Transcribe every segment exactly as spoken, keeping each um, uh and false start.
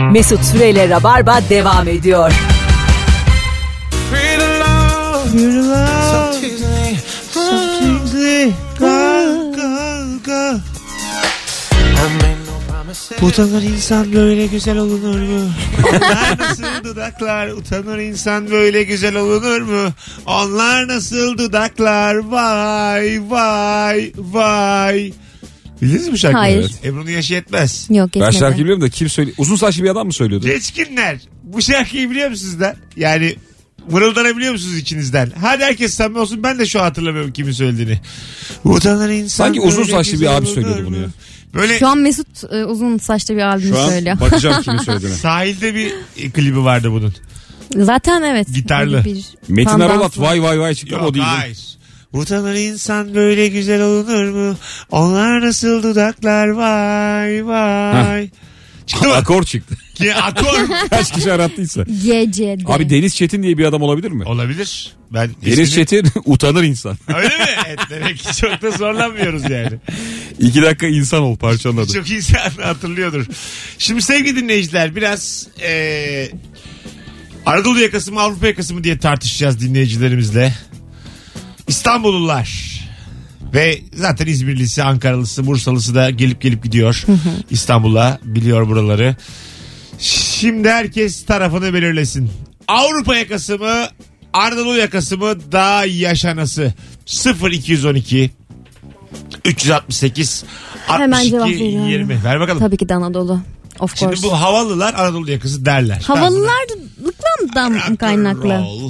Mesut Süreyle Rabarba devam ediyor. Utanır insan böyle güzel olunur mu? Onlar nasıl dudaklar? Utanır insan böyle güzel olunur mu? Onlar nasıl dudaklar? Vay vay vay. Bildiniz mi bu şarkıyı? Hayır. Ebru'nun yaşı yetmez. Yok Ben yetmedi. şarkıyı biliyorum da kim söylüyor? Uzun saçlı bir adam mı söylüyordu? Geçkinler. Bu şarkıyı biliyor musunuz da? Yani mırıldanabiliyor musunuz içinizden? Hadi herkes samimi olsun, ben de şu an hatırlamıyorum kimin söylediğini. Utanır insan. Sanki uzun böyle saçlı bir güzel abi olur söylüyordu mu? bunu ya. Böyle Şu an Mesut e, uzun saçlı bir abimi Şu an söylüyor. bakacağım kimin söylediğine. sahilde bir klibi vardı bunun. Zaten evet. Gitarlı. Böyle bir Metin tandans Aralat var. vay vay vay çıktı ama o Yok değil. hayır. Utanır insan böyle güzel olunur mu? Onlar nasıl dudaklar vay vay. Çıktı mı? Akor çıktı. Ki akor. Kaç kişi arattıysa. G C D. Abi Deniz Çetin diye bir adam olabilir mi? Olabilir. Ben Deniz ismini- Çetin utanır insan. Öyle mi? Evet, demek ki çok da zorlanmıyoruz yani. İki dakika insan ol parçanın adı. Çok insan hatırlıyordur. Şimdi sevgili dinleyiciler, biraz eee Anadolu yakası mı Avrupa yakası mı diye tartışacağız dinleyicilerimizle. İstanbullular ve zaten İzmirlisi, Ankaralısı, Bursalısı da gelip gelip gidiyor İstanbul'a, biliyor buraları. Şimdi herkes tarafını belirlesin. Avrupa yakası mı, Anadolu yakası mı daha yaşanası? sıfır iki on iki üç altı sekiz Hemen altmış cevap iki veriyorum. yirmi. Ver bakalım. Tabii ki de Anadolu. Of Şimdi course. bu havalılar Anadolu yakası derler. Havalılarlıktan mı kaynaklı? Roll,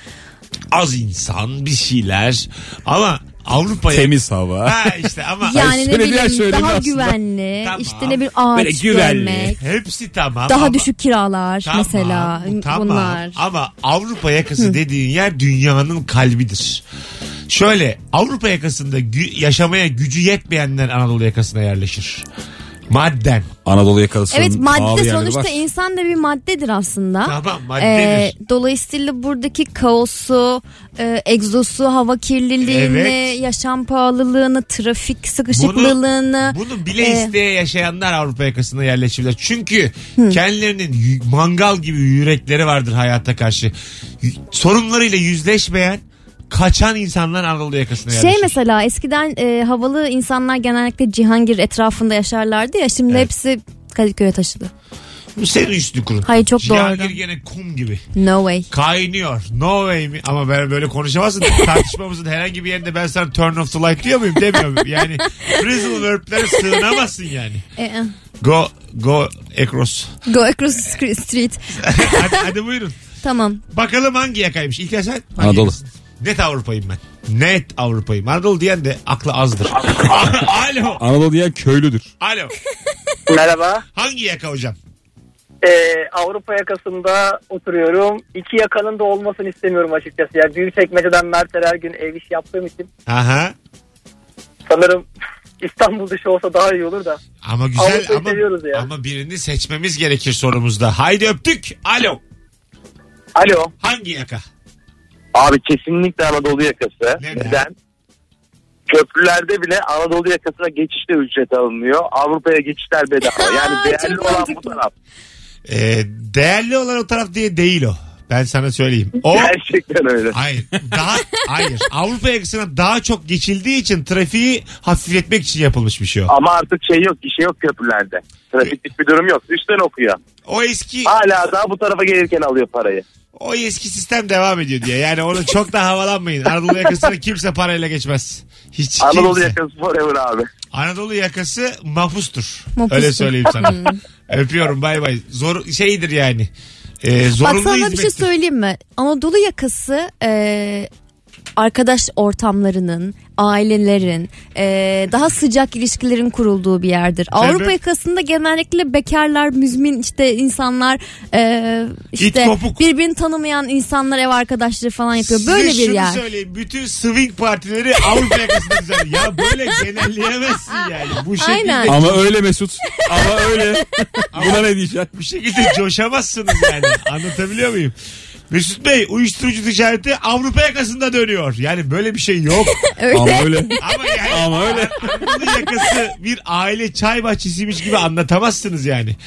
az insan, bir şeyler ama Avrupa'ya... Temiz hava. Ha işte ama... Yani ne söylediği her bileyim söylemi daha aslında. güvenli, Tamam. işte ne bir ağaç Böyle güvenli. görmek, Hepsi tamam. daha ama, düşük kiralar tamam, mesela bu tamam. bunlar. Ama Avrupa yakası dediğin yer dünyanın kalbidir. Şöyle, Avrupa yakasında gü- yaşamaya gücü yetmeyenler Anadolu yakasına yerleşir. Madden. Anadolu yakalısının Evet, pahalı madde yerleri sonuçta var. insan da bir maddedir aslında. Tamam, maddedir. Ee, dolayısıyla buradaki kaosu, e, egzosu, hava kirliliğini, Evet. yaşam pahalılığını, trafik sıkışıklılığını. Bunu, bunu bile e, isteye yaşayanlar Avrupa yakasına yerleşirler. Çünkü kendilerinin y- mangal gibi yürekleri vardır hayata karşı. Y- sorunlarıyla yüzleşmeyen, kaçan insanlar Anadolu yakasına yerleşir. Şey mesela eskiden e, havalı insanlar genellikle Cihangir etrafında yaşarlardı ya, şimdi Evet. hepsi Kadıköy'e taşıdı. Bu senin üstünü kurun. Hayır, çok Cihangir doğru. gene kum gibi. No way. Kaynıyor. No way mi? Ama ben böyle konuşamazsın. Tartışmamızın herhangi bir yerinde ben sana turn off the light diyor muyum? Demiyorum. Yani phrasal verb'lere sığınamazsın yani. E, Go, go across. go across the street. hadi, hadi buyurun. Tamam. Bakalım hangi yakaymış? İlker sen? Hangi Anadolu. yakasın? Net Avrupa'yım ben. Net Avrupa'yım. Anadolu diyen de aklı azdır. Alo. Anadolu diyen köylüdür. Alo. Merhaba. Hangi yaka hocam? Ee, Avrupa yakasında oturuyorum. İki yakanın da olmasını istemiyorum açıkçası. Yani Büyükçekmece'den Mert'e her gün ev işi yaptığım için Aha. sanırım İstanbul dışı olsa daha iyi olur da. Ama güzel Avrupa'yı ama, seviyoruz ya. ama birini seçmemiz gerekir sorumuzda. Haydi öptük. Alo. Alo. Hangi yaka? Abi kesinlikle Anadolu yakası. Neden? Neden? Köprülerde bile Anadolu yakasına geçişte ücret alınıyor. Avrupa'ya geçişler bedava. Yani değerli çok olan mantıklı. bu taraf. Ee, değerli olan o taraf diye değil o. Ben sana söyleyeyim. O Gerçekten öyle. hayır. Daha hayır. Avrupa yakasına daha çok geçildiği için trafiği hafifletmek için yapılmış bir şey o. Ama artık şey yok, bir şey yok köprülerde. Trafiklik bir durum yok. Üstten okuyor. O eski Hala daha bu tarafa gelirken alıyor parayı. o eski sistem devam ediyor diye. Yani onu çok da havalanmayın. Anadolu yakasına kimse parayla geçmez. Hiç Anadolu kimse. yakası forever abi. Anadolu yakası mahpustur. Mahpustur. Öyle söyleyeyim sana. Öpüyorum, bay bay. Zor şeydir yani. Ee, Bak zorunlu sana bir şey hizmettir. söyleyeyim mi? Anadolu yakası e, arkadaş ortamlarının, ailelerin, e, daha sıcak ilişkilerin kurulduğu bir yerdir. Avrupa yakasında genellikle bekarlar, müzmin işte insanlar, e, işte kopuk. birbirini tanımayan insanlar ev arkadaşları falan yapıyor. Böyle Size bir şunu yer. söyleyeyim. Bütün swing partileri Avrupa yakasında güzel. Ya böyle genelleyemezsin yani. Bu şekilde, Aynen. Ama öyle Mesut. Ama öyle. Buna ne diyeceksin? bu şekilde coşamazsınız yani. Anlatabiliyor muyum? Mesut Bey, uyuşturucu ticareti Avrupa yakasında dönüyor. Yani böyle bir şey yok. Öyle. Ama öyle. Ama yani Ama öyle. Anadolu yakası bir aile çay bahçesiymiş gibi anlatamazsınız yani.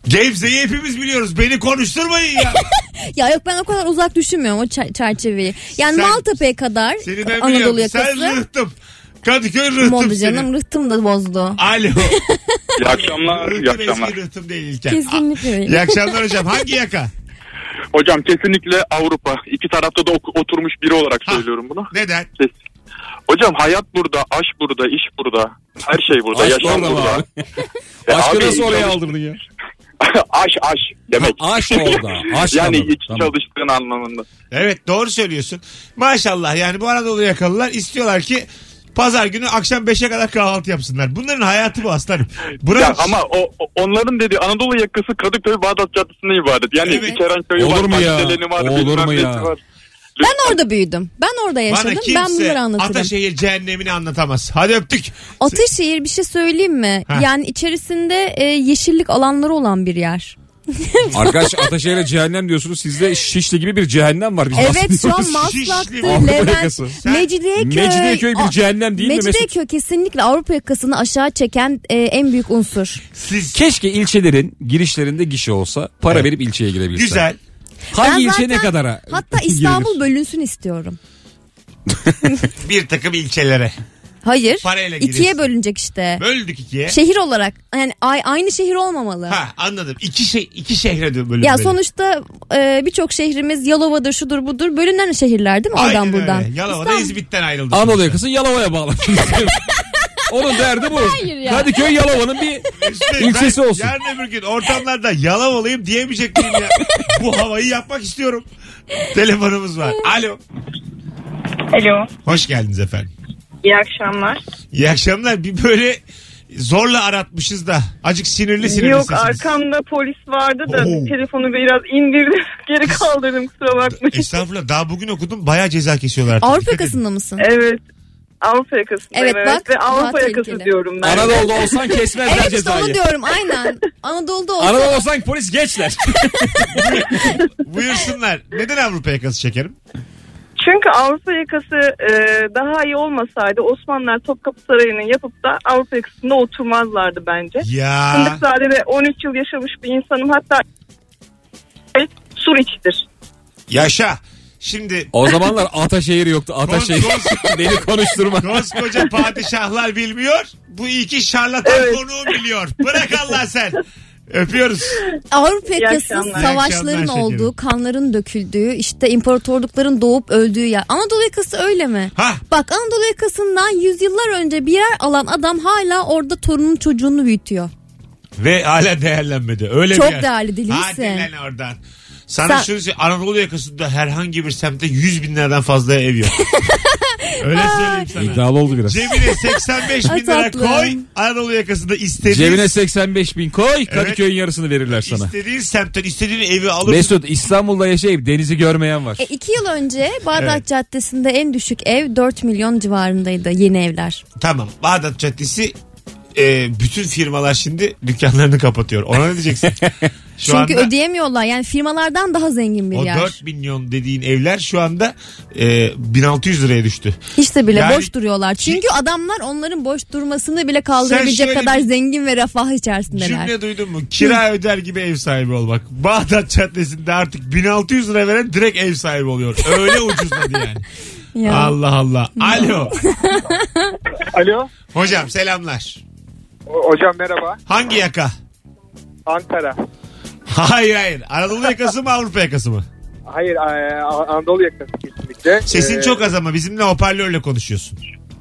Gebze'yi hepimiz biliyoruz. Beni konuşturmayın ya. Ya yok, ben o kadar uzak düşünmüyorum o ç- çerçeveyi. Yani Sen- Maltepe'ye kadar Seni ben Anadolu biliyorum. yakası. Sen rıhtım. Kadıköy rıhtım Modu senin. canım, rıhtım da bozdu. Alo. İyi akşamlar. iyi Rıhtım akşamlar. eski rıhtım değil İlker. Kesinlikle. İyi akşamlar hocam. Hangi yaka? Hocam kesinlikle Avrupa. İki tarafta da ok- oturmuş biri olarak Ha. söylüyorum bunu. Neden? Kes. Hocam hayat burada, aşk burada, iş burada. Her şey burada, Aşk yaşam orada mı burada. abi? E Aşkı abi, nasıl oraya çalış- aldırdın ya? aş aş demek. Ha, aşk orada. Aşk yani anladım. hiç Tamam. çalıştığın anlamında. Evet, doğru söylüyorsun. Maşallah, yani bu Anadolu yakalılar istiyorlar ki pazar günü akşam beşe kadar kahvaltı yapsınlar. Bunların hayatı bu aslanım. Bravo. Ya ama o, o- onların dediği Anadolu yakası Kadıköy Bağdat Caddesi'nden ibaret. Yani Evet. Kerenköy'ü Olur var, mu ya? Makdeleni var, Olur bilmem mu nesi ya? var. Ben orada büyüdüm. Ben orada yaşadım. Bana Ben kimse bunları anlatırım. Ataşehir cehennemini anlatamaz. Hadi öptük. Ataşehir, bir şey söyleyeyim mi? Ha. Yani içerisinde e, yeşillik alanları olan bir yer. Arkadaş Ataşehir'e cehennem diyorsunuz. Sizde Şişli gibi bir cehennem var. Biz Evet, şu an bahsediyoruz. Şişli Maslak'tır, mi? Avrupa Levent, yakası. Sen- Mecidiyeköy. Mecidiyeköy bir Aa, cehennem değil mi Mesut? Mecidiyeköy kesinlikle Avrupa yakasını aşağı çeken e, en büyük unsur. Siz Keşke ilçelerin girişlerinde gişe olsa. Para Evet. verip ilçeye girebilsen. güzel. Hangi Ben ilçe zaten- ne kadara? Hatta girilir? İstanbul bölünsün istiyorum. Bir takım ilçelere. Hayır. Parayla ikiye girirsin. bölünecek işte. Böldük ikiye. Şehir olarak yani ay- aynı şehir olmamalı. Ha, anladım. İki şey iki şehre de bölünmeli. Ya sonuçta e, birçok şehrimiz Yalova'dır, şudur budur, bölünen şehirler değil mi? Oradan Aynen buradan. öyle. Yalova'da İstanbul- İzmit'ten ayrıldı. Anadolu sonuçta. yakası Yalova'ya bağlı. Onun derdi bu. Hayır ya. Kadıköy Yalova'nın bir İşte ilçesi ben olsun. Yarın öbür gün ortamlarda Yalovalıyım diyemeyecek miyim ya? Bu havayı yapmak istiyorum. Telefonumuz var. Alo. Alo. Hoş geldiniz efendim. İyi akşamlar. İyi akşamlar. Bir böyle zorla aratmışız da. Acık sinirli sinirli Yok, sesiniz. arkamda polis vardı da Oo. telefonu biraz indirdim. Geri kaldırdım, kusura bakmayın. Estağfurullah. Daha bugün okudum. Bayağı ceza kesiyorlar. Avrupa Dikkat edin. yakasında mısın? Evet. Avrupa yakasındayım. Evet, bak, Ve daha Avrupa yakası tehlikeli. diyorum ben. Anadolu'da olsan kesmezler Evet, işte cezayı. onu diyorum aynen. Anadolu'da olsa Anadolu'da olsan polis geçler. Buyursunlar. Neden Avrupa yakası şekerim? Çünkü Avrupa yakası e, daha iyi olmasaydı Osmanlılar Topkapı Sarayı'nı yapıp da Avrupa yakasında oturmazlardı bence. Ya. Fındıkzade'de on üç yıl yaşamış bir insanım, hatta Suriç'tir. Yaşa. Şimdi O zamanlar Ataşehir yoktu. Ataşehir. Kos- Beni konuşturma. koskoca padişahlar bilmiyor. Bu iki şarlatan Evet. konuğu biliyor. Bırak Allah sen. Öpüyoruz. Avrupa İyi yakası akşamlar. İyi savaşların akşamlar olduğu, şekerim. kanların döküldüğü, işte imparatorlukların doğup öldüğü yer. Anadolu yakası öyle mi? Ha. Bak, Anadolu yakasından yüzyıllar önce bir yer alan adam hala orada torunun çocuğunu büyütüyor. Ve hala değerlenmedi. Öyle Çok bir yer. değerli, deli Hadi misin? lan oradan. Sana Sen- şunu söyleyeyim. Anadolu yakasında herhangi bir semtte yüz binlerden fazla ev yok. Öyle söyleyeyim sana. İddialı oldu biraz. Cebine seksen beş bin Ay lira tatlım. koy. Anadolu yakasında istediğin, Cebine seksen beş bin koy. Kadıköy'ün yarısını verirler sana. istediğin semtten istediğin evi alırsın. Mesut İstanbul'da yaşayıp denizi görmeyen var. E, iki yıl önce Bağdat Evet. Caddesi'nde en düşük ev dört milyon civarındaydı, yeni evler. Tamam. Bağdat Caddesi e, bütün firmalar şimdi dükkanlarını kapatıyor. Ona ne diyeceksin? Şu Çünkü anda ödeyemiyorlar, yani firmalardan daha zengin bir o yer. dört milyon dediğin evler şu anda e, bin altı yüz liraya düştü. Hiç de bile Yani- boş duruyorlar. Çünkü adamlar onların boş durmasını bile kaldırabilecek şöyle kadar bir zengin ve refah içerisindeler. Cümle duydun mu? Kira öder gibi ev sahibi olmak. Bağdat Caddesi'nde artık bin altı yüz lira veren direkt ev sahibi oluyor. Öyle ucuzladı yani. Ya. Allah Allah. Alo. Alo. Hocam selamlar. Hocam merhaba. Hangi yaka? Ankara. Hayır hayır. Anadolu yakası mı Avrupa yakası mı? Hayır e, Anadolu yakası kesinlikle. Sesin Ee, çok az ama bizimle hoparlörle konuşuyorsun.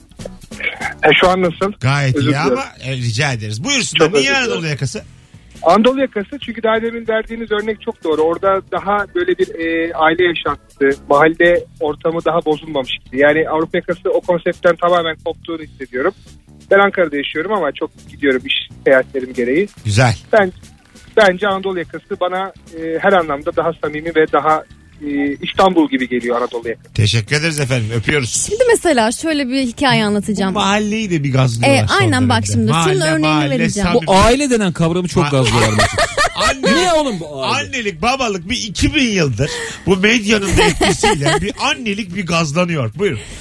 e, şu an nasıl? Gayet Özür iyi dilerim. ama e, rica ederiz. Buyursunlar. Çok Niye özür Anadolu dilerim. yakası? Anadolu yakası çünkü daha demin verdiğiniz örnek çok doğru. Orada daha böyle bir e, aile yaşantısı, mahalle ortamı daha bozulmamış gibi. Yani Avrupa yakası o konseptten tamamen koptuğunu hissediyorum. Ben Ankara'da yaşıyorum ama çok gidiyorum iş seyahatlerim gereği. Güzel. Ben Bence Anadolu yakası bana e, her anlamda daha samimi ve daha e, İstanbul gibi geliyor Anadolu yakası. Teşekkür ederiz efendim. Öpüyoruz. Şimdi mesela şöyle bir hikaye Bu anlatacağım. mahalleyi de bir gazlıyorlar. E, son aynen bak dönemde. şimdi. Şunun Mahalle, örneğini mahalle, vereceğim. samimi. Bu aile denen kavramı çok Ma- gazlıyorlar Mesut. Anne, Niye oğlum bu aile? annelik babalık bir iki bin yıldır bu medyanın da etkisiyle bir annelik bir gazlanıyor. Buyurun.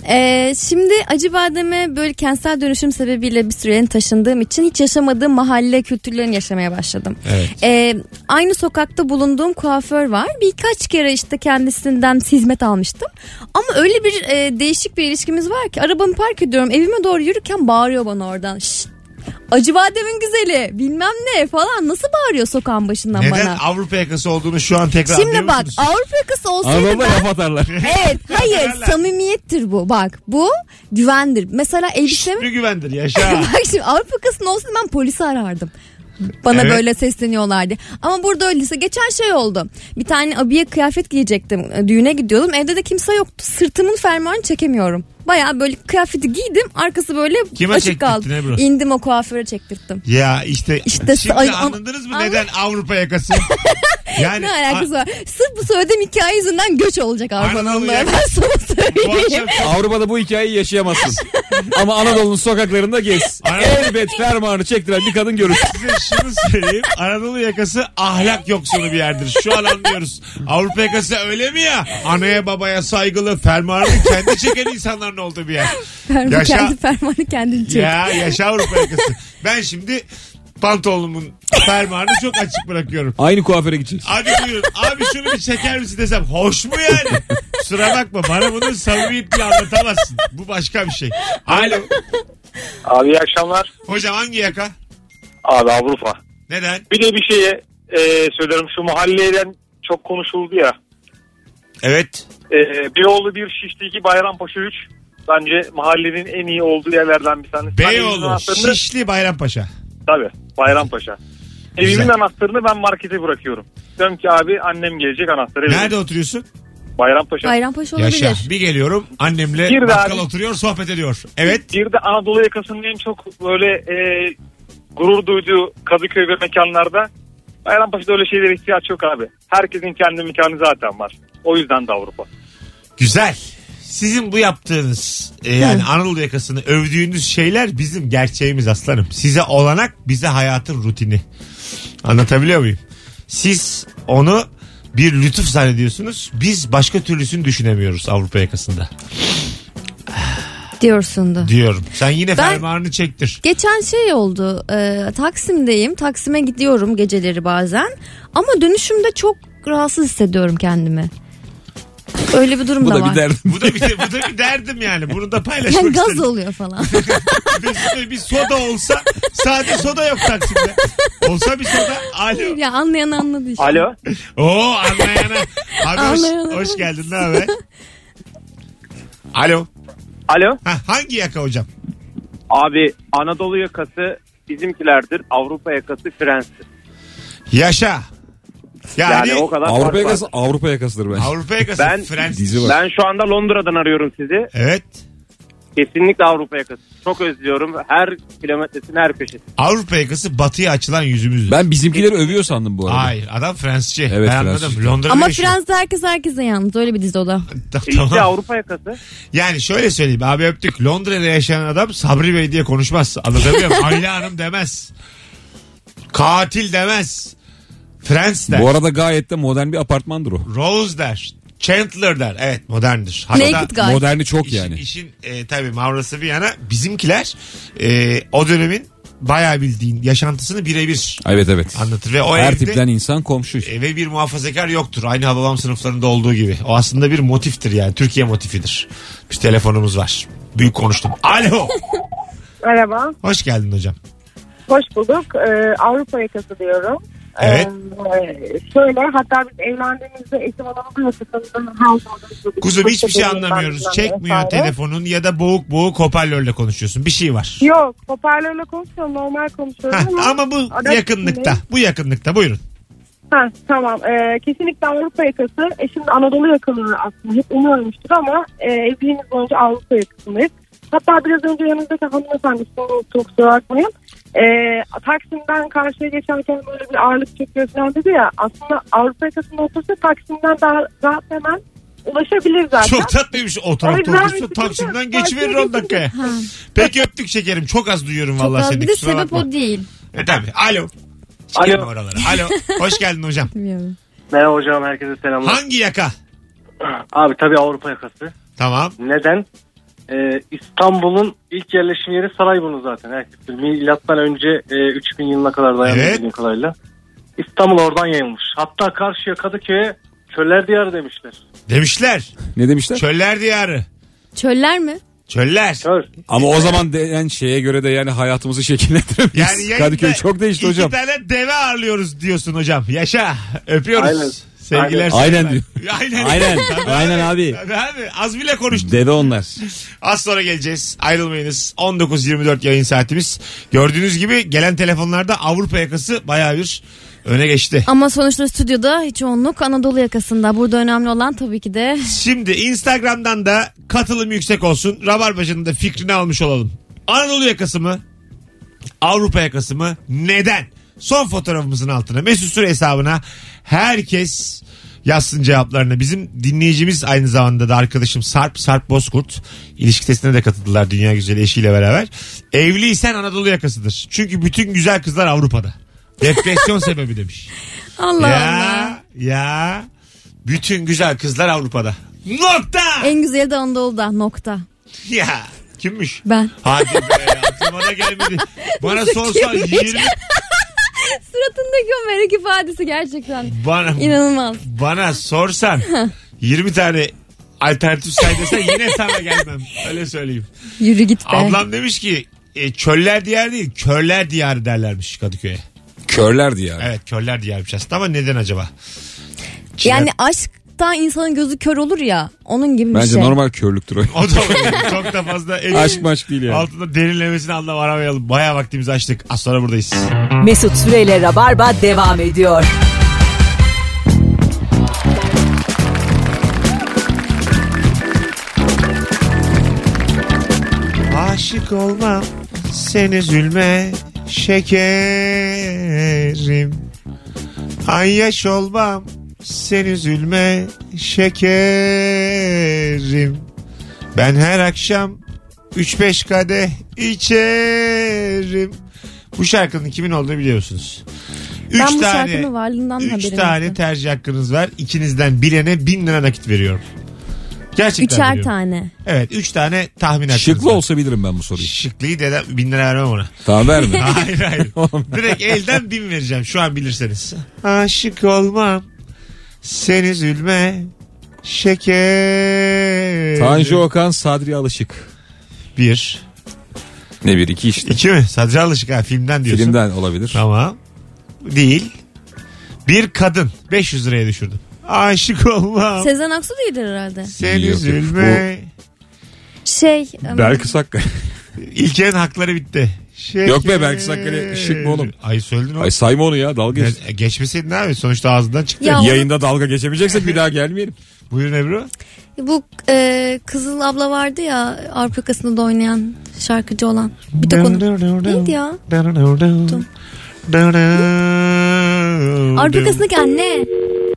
Ee, şimdi Acıbadem'e böyle kentsel dönüşüm sebebiyle bir süreliğine taşındığım için hiç yaşamadığım mahalle kültürlerini yaşamaya başladım. Evet. Ee, aynı sokakta bulunduğum kuaför var. Birkaç kere işte kendisinden hizmet almıştım. Ama öyle bir e, değişik bir ilişkimiz var ki arabamı park ediyorum, evime doğru yürürken bağırıyor bana oradan. Şşt, Acıbadem'in güzeli bilmem ne falan, nasıl bağırıyor sokağın başından Neden bana. Neden Avrupa yakası olduğunu şu an tekrar Şimdi anlıyor bak, musunuz? Avrupa yakası olsaydı Anadolu'da ben... laf atarlar. Evet, hayır, samimiyettir bu. Bak, bu güvendir. Mesela elbisemi... Bir güvendir yaşa. Bak şimdi Avrupa yakasının olsaydı ben polisi arardım. Bana Evet. böyle sesleniyorlardı. Ama burada öyleyse geçen şey oldu. Bir tane abiye kıyafet giyecektim. Düğüne gidiyordum. Evde de kimse yoktu. Sırtımın fermuarını çekemiyorum. Baya böyle kıyafeti giydim. Arkası böyle Kime açık kaldı. çektirdin Ebru? İndim o kuaföre çektirttim. Ya işte, İşte şimdi ay- anladınız mı Ay- neden Avrupa yakası? Yani Ne alakası var? Sırf bu söylediğim hikaye yüzünden göç olacak Avrupa'nın. Anadolu Ben yakası. sana bu söyleyeyim. akşam Avrupa'da bu hikayeyi yaşayamazsın. Ama Anadolu'nun sokaklarında gez. Elbet fermuarını çektiren bir kadın görür. size şunu söyleyeyim. Anadolu yakası ahlak yoksunu bir yerdir. Şu an anlıyoruz. Avrupa yakası öyle mi ya? Anaya babaya saygılı, fermuarını kendi çeken insanların olduğu bir yer. Fermuarı Yaşa. kendi fermuarını kendin çek. Ya yaşa Avrupa yakası. Ben şimdi pantolonumun fermuarını çok açık bırakıyorum. Aynı kuaföre gideceğiz. Hadi buyurun. Abi şunu bir çeker misin desem hoş mu yani? Kusura bakma, bana bunu samimiyetle anlatamazsın. Bu başka bir şey. Alo. Abi iyi akşamlar. Hocam hangi yaka? Abi Avrupa. Neden? Bir de bir şeye e, söylüyorum, şu mahalleden çok konuşuldu ya. Evet. E, Beyoğlu bir, Şişli iki, Bayrampaşa üç. Bence mahallenin en iyi olduğu yerlerden bir tanesi. Beyoğlu, Anahtarını- Şişli, Bayrampaşa. Tabii, Bayrampaşa. Güzel. Evimin anahtarını ben markete bırakıyorum. Diyorum ki abi annem gelecek, anahtarı verin. Nerede oturuyorsun? Bayrampaşa. Bayrampaşa olabilir. Yaşa. Bir geliyorum, annemle Bir de bakkal abi. oturuyor, sohbet ediyor. Evet. Bir de Anadolu yakasının en çok böyle e, gurur duyduğu Kadıköy ve mekanlarda Bayrampaşa'da öyle şeylere ihtiyaç yok abi. Herkesin kendi mekanı zaten var. O yüzden de Avrupa. Güzel. Sizin bu yaptığınız e, yani Anadolu yakasını övdüğünüz şeyler bizim gerçeğimiz aslanım. Size olanak, bize hayatın rutini. Anlatabiliyor muyum? Siz onu bir lütuf zannediyorsunuz. Biz başka türlüsünü düşünemiyoruz Avrupa yakasında. Diyorsun da. Diyorum. Sen yine Ben- fermuarını çektir. Geçen şey oldu. E, Taksim'deyim. Taksim'e gidiyorum geceleri bazen. Ama dönüşümde çok rahatsız hissediyorum kendimi. Öyle bir durum Bu da, da var. bir derdim. Bu da bir, bu da bir derdim yani. Bunu da paylaşmak Yani gaz istedim. oluyor falan. Bir, bir soda olsa, sade soda yok Taksim'de. Olsa bir soda. Alo. ya anlayan anladı işte. Alo. Oo anlayana. Abi hoş, Anlayana. hoş geldin, ne haber? Alo. Alo. Ha, hangi yaka hocam? Abi Anadolu yakası bizimkilerdir. Avrupa yakası Fransız. Yaşa. Yani, Yani o kadar Avrupa fark var. yakası Avrupa yakasıdır bence. Avrupa yakası Ben- Fransız. Dizi var. Ben şu anda Londra'dan arıyorum sizi. Evet. Kesinlikle Avrupa yakası. Çok özlüyorum. Her kilometresinin her köşesi. Avrupa yakası batıya açılan yüzümüzdür. Ben bizimkileri övüyor sandım bu arada. Hayır, adam Fransızca. Evet, ben Fransızca. anladım. Londra'da Ama yaşıyor. Fransa'da herkes herkese yalnız. Öyle bir dizi o da. İşte Tamam. Avrupa yakası. Yani şöyle söyleyeyim abi, öptük. Londra'da yaşayan adam Sabri Bey diye konuşmaz. Anlatabiliyor muyum? Ayla Hanım demez. Katil demez. Friends der. Bu arada gayet de modern bir apartmandır o. Rose der. Chandler der. Evet, moderndir. Naked Guy. Moderni çok işin, yani. işin e, tabii mavrası bir yana, bizimkiler e, o dönemin bayağı bildiğin yaşantısını birebir Evet evet. anlatır. Ve o Her evde tipten insan komşu. eve bir muhafazakar yoktur. Aynı Hababam sınıflarında olduğu gibi. O aslında bir motiftir yani. Türkiye motifidir. Bir telefonumuz var. Büyük konuştum. Alo. Merhaba. Hoş geldin hocam. Hoş bulduk. Ee, Avrupa yakası diyorum. Evet. Ee, şöyle, hatta biz evlendiğimizde eşim Anadolu yakasından house aldık. Kuzum hiçbir şey anlamıyoruz. Çekmiyor telefonun ya da boğuk boğuk hoparlörle konuşuyorsun. Bir şey var. Yok, hoparlörle konuşuyorum, normal konuşuyorum Heh, ama. ama bu Adam yakınlıkta. içinde. Bu yakınlıkta. Buyurun. Ha, tamam. Ee, kesinlikle Avrupa yakası. Eşim de Anadolu yakası aslında. Hep onu ölmüştür ama e, evliliğimiz boyunca Avrupa yakasındayız. Hatta biraz önce yanınızdaki hanımefendi, çok kusura bakmayın. Ee, Taksim'den karşıya geçerken böyle bir ağırlık çekiyor falan dedi ya. Aslında Avrupa yakasında otursa Taksim'den daha rahat hemen ulaşabilir zaten. Çok tatlıymış. O tarafta O yüzden otursa bir Taksim'den sıkıntı- geçiverir on dakikaya. Ha. Peki öptük şekerim. Çok az duyuyorum Çok vallahi az. seni. Bir de Kusura sebep bakma. o değil. E tabii. Alo. Alo. Çıkma oralara. Alo. Hoş geldin hocam. Bilmiyorum. Merhaba hocam, herkese selamlar. Hangi yaka? Abi tabii Avrupa yakası. Tamam. Neden? Ee, İstanbul'un ilk yerleşim yeri Sarayburnu zaten. Herkes bilir. Milattan önce e, üç bin yılına kadar dayanıyor Evet. bildiğim kadarıyla. İstanbul oradan yayılmış. Hatta karşıya Kadıköy'e Çöller Diyarı demişler. Demişler. Ne demişler? Çöller diyarı. Çöller mi? Çöller. Çöl. Ama o zaman de, yani şeye göre de yani hayatımızı şekillendiremeyiz. Yani yayında Kadıköy çok değişti hocam. İki tane deve ağırlıyoruz diyorsun hocam. Yaşa. Öpüyoruz. Aynen. Sevgiler. Aynen sevgiler. diyor. Aynen. Aynen. Tabii Aynen abi. Tabii abi. Az bile konuştuk. Deve onlar. Az sonra geleceğiz. Ayrılmayınız. on dokuz yirmi dört yayın saatimiz. Gördüğünüz gibi gelen telefonlarda Avrupa yakası bayağı bir öne geçti. Ama sonuçta stüdyoda hiç çoğunluk Anadolu yakasında. Burada önemli olan tabii ki de. Şimdi Instagram'dan da katılım yüksek olsun. Rabarbacı'nın da fikrini almış olalım. Anadolu yakası mı? Avrupa yakası mı? Neden? Son fotoğrafımızın altına Mesut Süre hesabına herkes yazsın cevaplarını. Bizim dinleyicimiz aynı zamanda da arkadaşım Sarp, Sarp Bozkurt. İlişki testine de katıldılar dünya güzeli eşiyle beraber. Evliysen Anadolu yakasıdır. Çünkü bütün güzel kızlar Avrupa'da. Depresyon sebebi demiş. Allah ya, Allah. Ya bütün güzel kızlar Avrupa'da. Nokta. En güzeli de Anadolu'da nokta. Ya kimmiş? Ben. Hadi be aklıma da gelmedi. Bana sorsan yirmi Suratındaki o merak ifadesi gerçekten bana, inanılmaz. bana sorsan yirmi tane alternatif say desen yine sana gelmem. Öyle söyleyeyim. Yürü git be. Ablam demiş ki e, çöller diyarı değil körler diyarı derlermiş Kadıköy'e. Körlerdi yani. Evet körler diyarmış aslında ama neden acaba? Çiğdem- Yani aşktan insanın gözü kör olur ya. Onun gibi bir Bence şey. normal körlüktür o. O da olabilir. Çok da fazla el- Aşk maşk değil yani. altında derinlemesine anlam aramayalım. Bayağı vaktimizi açtık. Az sonra buradayız. Mesut Süreyle Rabarba devam ediyor. Aşık olmam sen üzülme şekerim. Ay yaş olmam sen üzülme şekerim. Ben her akşam üç beş kadeh içerim. Bu şarkının kimin olduğunu biliyorsunuz. Üç Ben bu tane, şarkının varlığından üç haberim tane yoktu. tercih hakkınız var. İkinizden bilene bin lira nakit veriyorum. Gerçekten Üçer veriyorum. tane. Evet üç tane tahmin hakkınız Şıklı var. olsa bilirim ben bu soruyu. Şıklıyı da bin lira vermem ona. Tamam verme. Hayır hayır. Direkt elden bin vereceğim şu an bilirseniz. Aşık olmam sen üzülme şeker. Tanju Okan, Sadri Alışık. Bir. Ne bir iki işte. İki mi? Sadri Alışık ha filmden diyorsun. Filmden olabilir. Tamam. Değil. Bir kadın. beş yüz liraya düşürdüm. Aşık olmam. Sezen Aksu değildir herhalde. Sen Yok, yok. üzülme. Şey. Belkıs Hakkari. İlker'in hakları bitti. Şeker. Yok be, Belkıs Hakkari şık mı oğlum? Ay söyledin oğlum. Ay sayma onu ya, dalga geç. Ge- geçmeseydin abi sonuçta ağzından çıktı. Ya onu- Yayında dalga geçemeyeceksek bir daha gelmeyelim. Buyurun Ebru. Bu e, Kızıl abla vardı ya Avrupa yakasında da oynayan şarkıcı olan. Bir tek onu. Neydi ya? Avrupa yakasındaki anne.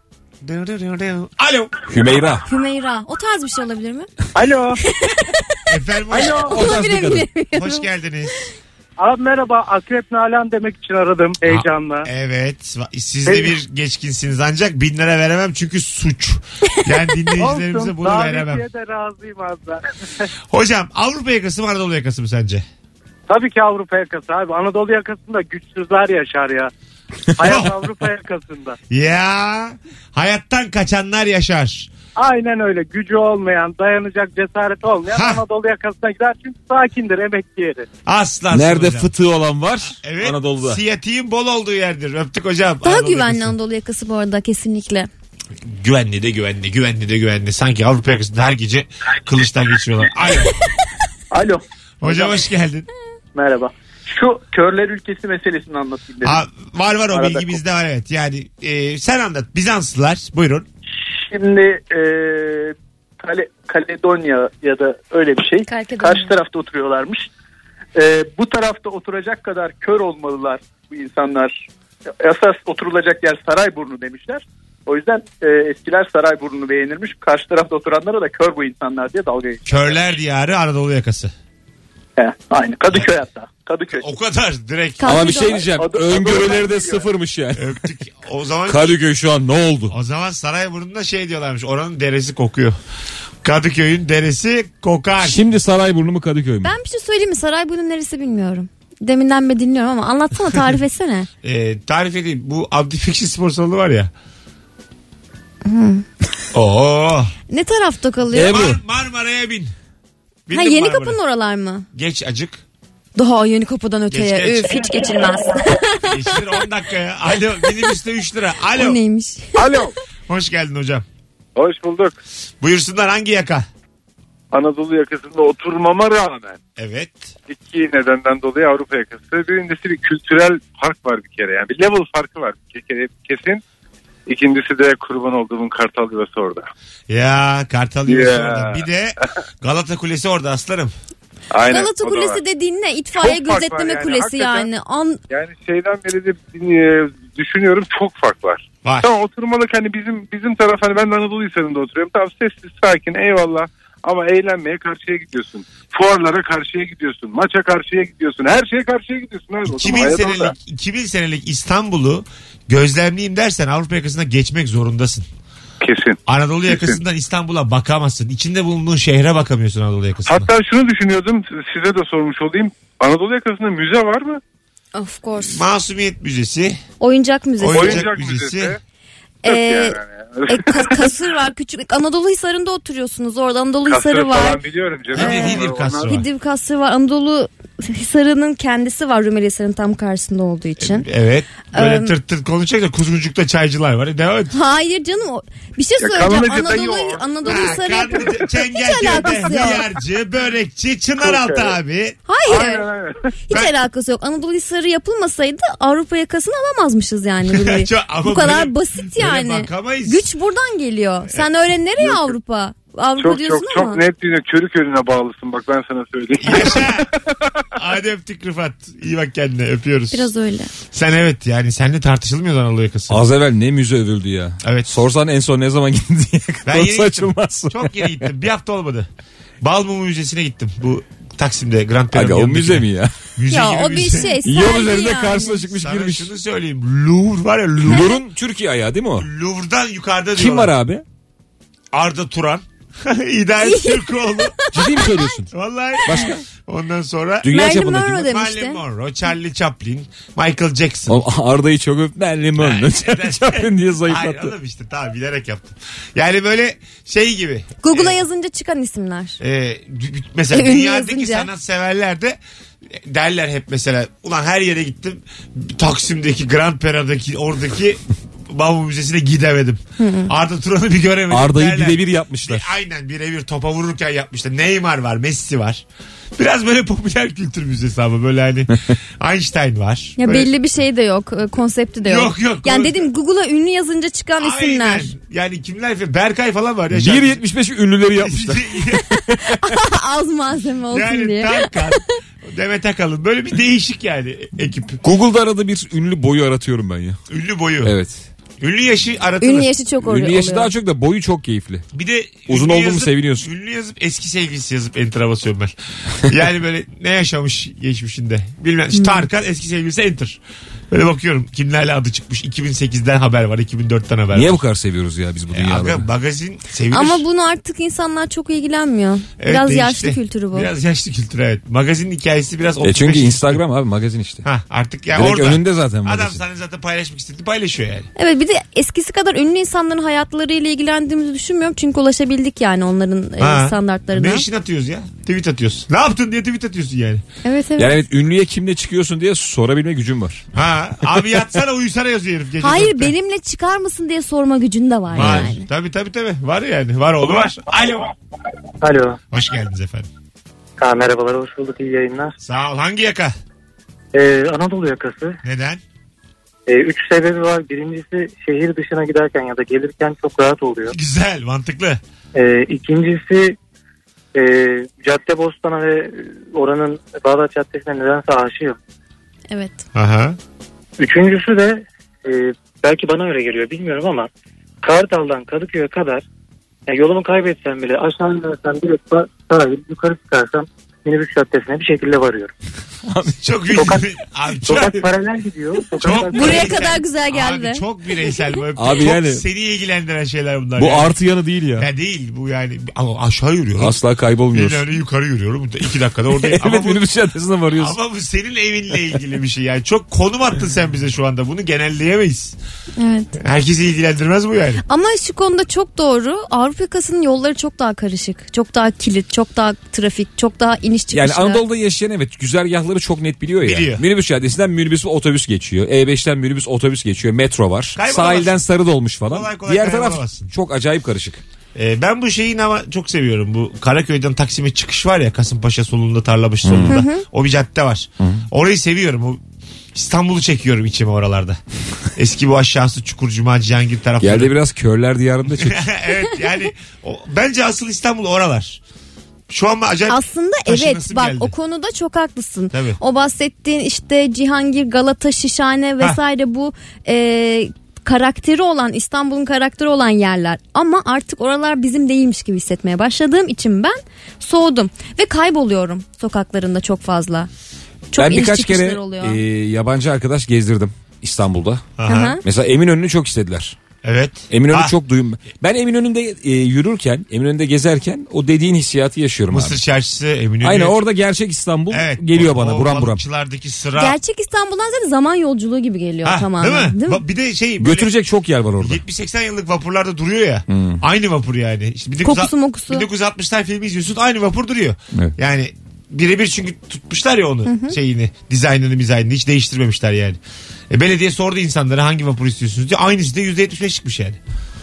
Alo. Hümeyra. Hümeyra. O tarz bir şey olabilir mi? Alo. Efendim hoş, O tarz bir kadın. hoş geldiniz. Abi merhaba. Akrep Nalan demek için aradım heyecanla. Evet. Siz de bir geçkinsiniz ancak bin lira veremem çünkü suç. Yani dinleyicilerimize Olsun. bunu veremem. Davetiye de razıyım az da. Hocam Avrupa yakası mı Anadolu yakası mı sence? Tabii ki Avrupa yakası abi. Anadolu yakasında güçsüzler yaşar ya. Hayat Avrupa yakasında. Ya hayattan kaçanlar yaşar. Aynen öyle. Gücü olmayan, dayanacak cesareti olmayan Ha. Anadolu yakasına gider. Çünkü sakindir, emekli yeri. Aslan. Nerede hocam. fıtığı olan var? Evet. Anadolu'da. Siyatiğin bol olduğu yerdir. Öptük hocam. Daha Anadolu güvenli yakası. Anadolu yakası bu arada kesinlikle. Güvenli de güvenli, güvenli de güvenli. Sanki Avrupa yakasında her gece kılıçtan geçiriyorlar. Alo. Alo. Hocam hoş geldin. Merhaba. Şu körler ülkesi meselesini anlatayım dedim. Ha, var var o Arada bilgi bizde var evet. Yani e, sen anlat. Bizanslılar buyurun. Şimdi e, Kale, Kaledonya ya da öyle bir şey. Kalkedonya. Karşı tarafta oturuyorlarmış. E, bu tarafta oturacak kadar kör olmalılar bu insanlar. Esas oturulacak yer Sarayburnu demişler. O yüzden e, eskiler Sarayburnu'nu beğenirmiş. Karşı tarafta oturanlara da kör bu insanlar diye dalga geçiyor. Körler diyarı Anadolu yakası. He, aynı. Kadıköy hatta. Kadıköy. O kadar direkt. Ama bir şey diyeceğim. Adı- Öngörüleri adı- de sıfırmış yani. Öptük. O zaman Kadıköy şu an ne oldu? o zaman Sarayburnu'nda şey diyorlarmış. Oranın deresi kokuyor. Kadıköy'ün deresi kokar. Şimdi Sarayburnu mu Kadıköy mü? Ben bir şey söyleyeyim mi? Sarayburnu neresi bilmiyorum. Deminden beri dinliyorum ama anlatsana, tarif etsene. Ee, tarif edeyim. Bu Abdülfikşi spor salonu var ya. Hmm. Oo. Ne tarafta kalıyor? Mar- Marmara'ya bin. Bindin Ha, Yeni Marmara. Kapı'nın oralar mı? Geç acık. Daha Yeni Kapı'dan öteye. Geç, geç. Üf, hiç geçilmez. Geçilir on dakikaya. Alo, minibüste üç lira. Alo. O neymiş? Alo. Hoş geldin hocam. Hoş bulduk. Buyursunlar, hangi yaka? Anadolu yakasında oturmama rağmen Evet. iki nedenden dolayı Avrupa yakası. Birincisi bir kültürel fark var bir kere. Yani bir level farkı var bir kere kesin. İkincisi de kurban olduğumun Kartal Yuvası orada. Ya Kartal Yuvası Yeah. orada. Bir de Galata Kulesi orada aslanım. Aynen, Galata o da Kulesi var. dediğin ne? İtfaiye Çok fark gözetleme var yani, kulesi hakikaten. yani. An... Yani şeyden beri de e, düşünüyorum, çok fark var. Var. Tamam, oturmalık hani bizim bizim taraf, hani ben de Anadolu Hisarı'nda oturuyorum. Tamam, sessiz sakin eyvallah. Ama eğlenmeye karşıya gidiyorsun. Fuarlara karşıya gidiyorsun. Maça karşıya gidiyorsun. Her şeye karşıya gidiyorsun. Abi. iki bin senelik iki bin senelik İstanbul'u gözlemleyeyim dersen Avrupa yakasına geçmek zorundasın. Kesin. Anadolu Kesin. yakasından İstanbul'a bakamazsın. İçinde bulunduğun şehre bakamıyorsun Anadolu yakasından. Hatta şunu düşünüyordum, size de sormuş olayım. Anadolu yakasında müze var mı? Of course. Masumiyet Müzesi. Oyuncak Müzesi. Oyuncak, Oyuncak Müzesi. Müzesi. Ee, Yani. e, ka- kasır var küçük. Anadolu Hisarı'nda oturuyorsunuz. Orada Anadolu Kasır Hisarı var. falan biliyorum canım. Bir de Hidiv Onlar- kasrı var. Hidiv kasrı var. Anadolu Hisarı'nın kendisi var, Rumeli Hisarı'nın tam karşısında olduğu için. Evet. Böyle Ee, tırt tırt konuşacak da Kuzguncuk'ta çaycılar var. E, devam et. Hayır canım, o... bir şey Ya söyleyeceğim. Kanlıca'da Anadolu yok. Anadolu Ha, Hisarı Kanlıca, hiç Çengelköy'de alakası yok. hıyarcı, börekçi, Çınaraltı Çok abi. Hayır. Aynen, aynen. Hiç Ben- alakası yok. Anadolu Hisarı yapılmasaydı Avrupa yakasını alamazmışız yani burayı. Çok- ama Bu kadar böyle- basit böyle yani. bakamayız. Güç buradan geliyor. Sen öyle nereye Avrupa? Avrupa Çok diyorsun çok ama. çok net bir körü körüne bağlısın, bak ben sana söyleyeyim. Yaşa. Hadi öptük Rıfat. İyi bak kendine, öpüyoruz. Biraz öyle. Sen evet, yani seninle tartışılmıyor Anadolu yakası. Az evvel ne müze övüldü ya. Evet. Sorsan en son ne zaman gittin diye. Ben Konusu yeni gittim. açılmaz. Çok yeni gittim. Bir hafta olmadı. Balmumu Müzesi'ne gittim. Bu Taksim'de Grand Peron Aga o yanındaki. müze mi ya? Müze Ya gibi o bir müze. şey. Yol sergi üzerinde yani. karşısına çıkmış Sana girmiş. şunu söyleyeyim. Louvre var ya, Louvre. Louvre'un Türkiye ayağı değil mi o? Louvre'dan yukarıda Kim diyorlar. var abi? Arda Turan. İdare Türkoğlu. Ciddi mi söylüyorsun? Vallahi. Başka? Ondan sonra Dünya Marilyn çapındaki mi? Monroe demişti. Marilyn Monroe, Charlie Chaplin, Michael Jackson. O Arda'yı çok öp. Ben limon. Chaplin diye Hayır zayıflattı. oğlum işte, tamam, bilerek yaptım. Yani böyle şey gibi. Google'a e, yazınca çıkan isimler. e, d- mesela Ünlü dünyadaki yazınca. sanatseverler de derler hep mesela, ulan her yere gittim, Taksim'deki Grand Peron'daki oradaki Balmumu Müzesi'ne gidemedim. Arda Turan'ı bir göremedim Arda'yı derler. birebir yapmışlar. Bir- Aynen birebir topa vururken yapmışlar. Neymar var, Messi var. Biraz böyle popüler kültür müzesi ama böyle hani Einstein var. Ya Böyle- belli bir şey de yok. e, Konsepti de yok. Yok, yok. Yani dedim Google'a ünlü yazınca çıkan isimler. Aynen. Yani kimler? Berkay falan var ya. bir yetmiş beş ünlüleri yapmışlar. Az malzeme olsun yani diye. Tarkan, Demet Akalın, böyle bir değişik yani ekip. Google'da arada bir ünlü boyu aratıyorum ben ya. Ünlü boyu. Evet. Ünlü yaşı aratılır. Ünlü yaşı çok oluyor. Ünlü yaşı daha çok da boyu çok keyifli. Bir de Uzun ünlü oldu mu yazıp- seviniyorsun. Ünlü yazıp eski sevgilisi yazıp enter'a basıyorum ben. Yani böyle ne yaşamış geçmişinde. Bilmem. İşte Tarkan eski sevgilisi enter. Böyle bakıyorum kimlerle adı çıkmış. iki bin sekizden haber var. iki bin dörtten haber Niye var. bu kadar seviyoruz ya biz bu E, dünyada? aga, magazin sevilir. Ama bunu artık insanlar çok ilgilenmiyor. Evet, Biraz değişti. yaşlı kültürü bu. Biraz yaşlı kültürü, evet. Magazin hikayesi biraz E otuz beş çünkü Instagram abi magazin işte. Ha, artık ya Direkt orada. önünde zaten Adam magazin. sana zaten paylaşmak istediğini paylaşıyor yani. Evet, bir de eskisi kadar ünlü insanların hayatlarıyla ilgilendiğimizi düşünmüyorum. Çünkü ulaşabildik yani onların e, Ha. standartlarına. Mention atıyoruz ya. Tweet atıyorsun. Ne yaptın diye tweet atıyorsun yani. Evet evet. Yani evet ünlüye kimle çıkıyorsun diye sorabilme gücüm var. Ha, abi yatsana uyusana yazıyor herif gece. Hayır, dörtte. benimle çıkar mısın diye sorma gücün de var, Var. yani. Tabii tabii tabii. Var yani. Var oğlu var. Alo. Alo. Hoş geldiniz efendim. Ha, merhabalar, hoş bulduk, iyi yayınlar. Sağ ol. Hangi yaka? Ee, Anadolu yakası. Neden? Ee, üç sebebi var. Birincisi şehir dışına giderken ya da gelirken çok rahat oluyor. Güzel. Mantıklı. Ee, ikincisi e, Caddebostan'a ve oranın Bağdat Caddesi'ne nedense aşığım. Evet. Aha. Üçüncüsü de e, belki bana öyle geliyor bilmiyorum ama Kartal'dan Kadıköy'e kadar yani yolumu kaybetsem bile aşağı inersem direkt sahil, yukarı çıkarsam minibüs caddesine bir şekilde varıyorum. Çok Sokak, abi, çok, sokak paralel gidiyor. çok Buraya bireysel. kadar güzel geldi. Abi çok bireysel. Böyle Abi çok yani- seni ilgilendiren şeyler bunlar. Bu yani. artı yanı değil ya. Ya değil bu yani. Ama aşağı yürüyorum. Asla kaybolmuyor. Bir tane yukarı yürüyorum. İki dakikada oradayım. Evet, ama bu, minibüs caddesine varıyorsun. ama bu senin evinle ilgili bir şey. Yani çok konum attın sen bize şu anda. Bunu genelleyemeyiz. Evet. Herkesi ilgilendirmez bu yani. Ama şu konuda çok doğru. Avrupa yakasının yolları çok daha karışık. Çok daha kilit, çok daha trafik, çok daha iniş çıkışlı. Yani Anadolu'da yaşayan evet güzergahları çok net biliyor ya. Biliyor. Minibüs caddesinden minibüs ve otobüs geçiyor. E beşten minibüs otobüs geçiyor. Metro var. Kaybolamazsın. Sahilden sarı dolmuş falan. Kolay kolay Diğer taraf kaybolamazsın. çok acayip karışık. Ee, ben bu şeyin ama çok seviyorum. Bu Karaköy'den Taksim'e çıkış var ya, Kasımpaşa solunda, Tarlabaşı solunda. O bir cadde var. Orayı seviyorum. O İstanbul'u çekiyorum içime oralarda. Eski bu aşağısı Çukurcuma, Cihangir tarafları. Geldi biraz körler diyarında çek. Evet yani o, bence asıl İstanbul oralar. Şu an acayip Aslında evet taşınasım bak geldi. o konuda çok haklısın. Tabii. O bahsettiğin işte Cihangir, Galata, Şişhane vesaire bu e, karakteri olan, İstanbul'un karakteri olan yerler. Ama artık oralar bizim değilmiş gibi hissetmeye başladığım için ben soğudum. Ve kayboluyorum sokaklarında çok fazla. Çok Ben iniş birkaç çıkışlar kere oluyor. e, yabancı arkadaş gezdirdim İstanbul'da. Aha. Mesela Eminönü'nü çok istediler. Evet. Eminönü Ha, çok duyum. Ben Eminönü'nde e, yürürken, Eminönü'nde gezerken o dediğin hissiyatı yaşıyorum Mısır abi. Çarşısı, Eminönü. Aynen orada gerçek İstanbul Evet, geliyor o- bana o buram buram. balıkçılardaki sıra. Gerçek İstanbul'dan zaten zaman yolculuğu gibi geliyor Ha, tamamen. değil mi? Değil mi? Ba- Bir de şey böyle Götürecek çok yer var orada. yetmiş seksen yıllık vapurlarda duruyor ya. Aynı vapur yani. İşte bin dokuz yüz Kokusu mokusu. bin dokuz yüz altmışlar filmi izliyorsun, aynı vapur duruyor. Evet. Yani birebir çünkü tutmuşlar ya onu, şeyini, dizaynını mizaynını hiç değiştirmemişler yani. E, belediye sordu insanlara hangi vapur istiyorsunuz diye, aynısı da yüzde yetmiş beş çıkmış yani.